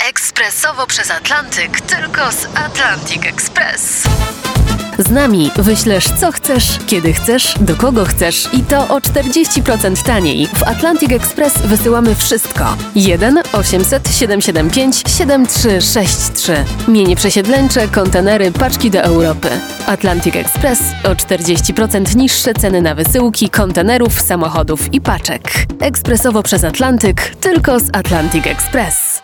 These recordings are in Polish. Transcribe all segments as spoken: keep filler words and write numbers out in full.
Ekspresowo przez Atlantyk, tylko z Atlantic Express. Z nami wyślesz co chcesz, kiedy chcesz, do kogo chcesz i to o czterdzieści procent taniej. W Atlantic Express wysyłamy wszystko. jeden osiemset siedemset siedemdziesiąt pięć siedemdziesiąt trzy sześćdziesiąt trzy. Mienie przesiedleńcze, kontenery, paczki do Europy. Atlantic Express o czterdzieści procent niższe ceny na wysyłki, kontenerów, samochodów i paczek. Ekspresowo przez Atlantyk, tylko z Atlantic Express.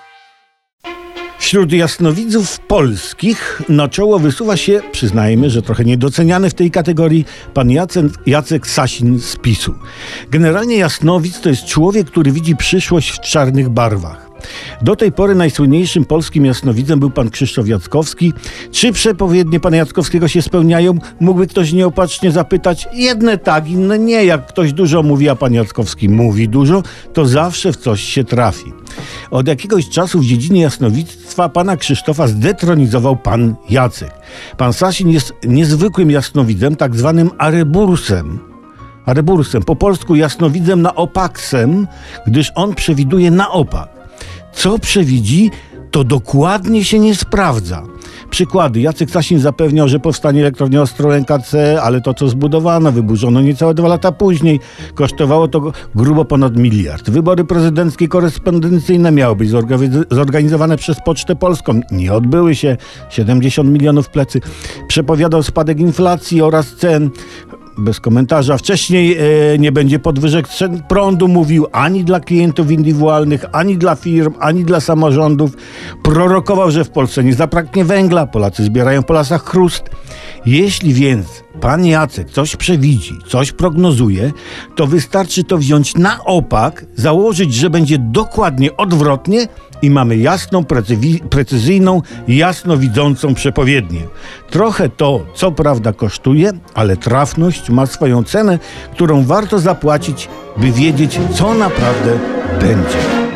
Wśród jasnowidzów polskich na czoło wysuwa się, przyznajmy, że trochę niedoceniany w tej kategorii, pan Jacek, Jacek Sasin z PiSu. Generalnie jasnowidz to jest człowiek, który widzi przyszłość w czarnych barwach. Do tej pory najsłynniejszym polskim jasnowidzem był pan Krzysztof Jackowski. Czy przepowiednie pana Jackowskiego się spełniają? Mógłby ktoś nieopatrznie zapytać. Jedne tak, inne nie. Jak ktoś dużo mówi, a pan Jackowski mówi dużo, to zawsze w coś się trafi. Od jakiegoś czasu w dziedzinie jasnowidztwa pana Krzysztofa zdetronizował pan Jacek. Pan Sasin jest niezwykłym jasnowidzem, tak zwanym arebursem. Arebursem, po polsku jasnowidzem na opaksem, gdyż on przewiduje na opak. Co przewidzi, to dokładnie się nie sprawdza. Przykłady. Jacek Sasin zapewniał, że powstanie elektrownia Ostrołęka C, ale to, co zbudowano, wyburzono niecałe dwa lata później. Kosztowało to grubo ponad miliard. Wybory prezydenckie korespondencyjne miały być zorganizowane przez Pocztę Polską. Nie odbyły się. siedemdziesiąt milionów w plecy. Przepowiadał spadek inflacji oraz cen. Bez komentarza. Wcześniej e, nie będzie podwyżek cen prądu, mówił, ani dla klientów indywidualnych, ani dla firm, ani dla samorządów. Prorokował, że w Polsce nie zabraknie węgla, Polacy zbierają po lasach chrust. Jeśli więc pan Jacek coś przewidzi, coś prognozuje, to wystarczy to wziąć na opak, założyć, że będzie dokładnie odwrotnie i mamy jasną, precywi- precyzyjną, jasnowidzącą przepowiednię. Trochę to, co prawda, kosztuje, ale trafność ma swoją cenę, którą warto zapłacić, by wiedzieć, co naprawdę będzie.